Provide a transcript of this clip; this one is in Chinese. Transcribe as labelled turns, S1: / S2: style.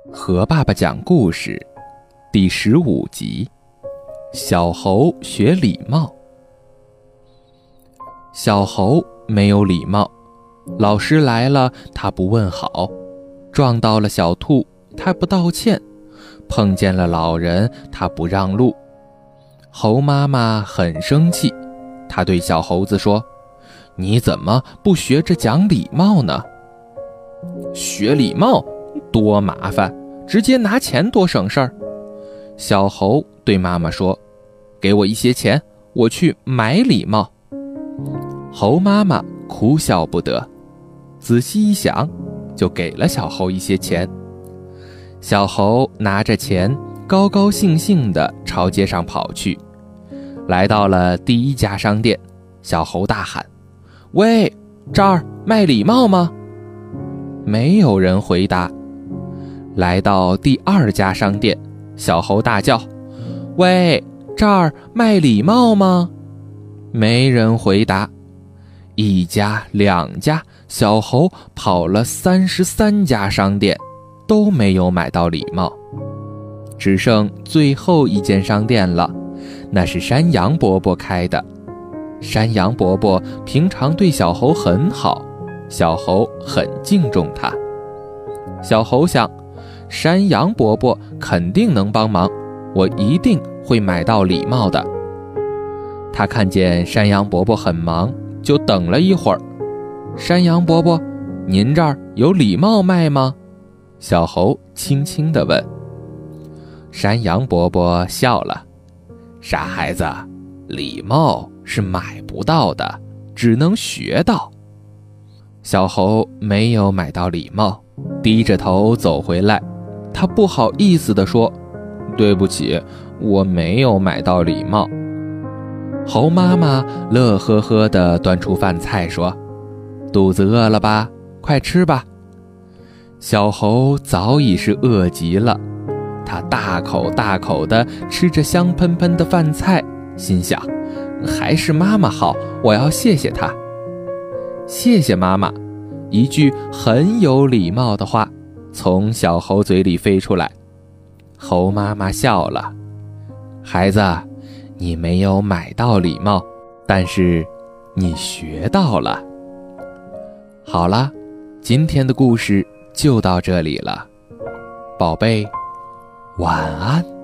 S1: 和爸爸讲故事第15集，小猴学礼貌。小猴没有礼貌，老师来了他不问好，撞到了小兔他不道歉，碰见了老人他不让路。猴妈妈很生气，她对小猴子说：你怎么不学着讲礼貌呢？学礼貌多麻烦，直接拿钱多省事儿。小猴对妈妈说：给我一些钱，我去买礼貌。猴妈妈哭笑不得，仔细一想，就给了小猴一些钱。小猴拿着钱高高兴兴地朝街上跑去。来到了第一家商店，小猴大喊：喂，这儿卖礼貌吗？没有人回答。来到第二家商店，小猴大叫：喂，这儿卖礼貌吗？没人回答。一家两家，小猴跑了33家商店，都没有买到礼貌。只剩最后一间商店了，那是山羊伯伯开的。山羊伯伯平常对小猴很好，小猴很敬重他。小猴想，山羊伯伯肯定能帮忙，我一定会买到礼貌的。他看见山羊伯伯很忙，就等了一会儿。山羊伯伯，您这儿有礼貌卖吗？小猴轻轻地问。山羊伯伯笑了：傻孩子，礼貌是买不到的，只能学到。小猴没有买到礼貌，低着头走回来。他不好意思地说：对不起，我没有买到礼貌。猴妈妈乐呵呵地端出饭菜说：肚子饿了吧？快吃吧。小猴早已是饿极了，他大口大口地吃着香喷喷的饭菜，心想，还是妈妈好，我要谢谢她。谢谢妈妈，一句很有礼貌的话从小猴嘴里飞出来。猴妈妈笑了：孩子，你没有买到礼貌，但是你学到了。好了，今天的故事就到这里了，宝贝，晚安。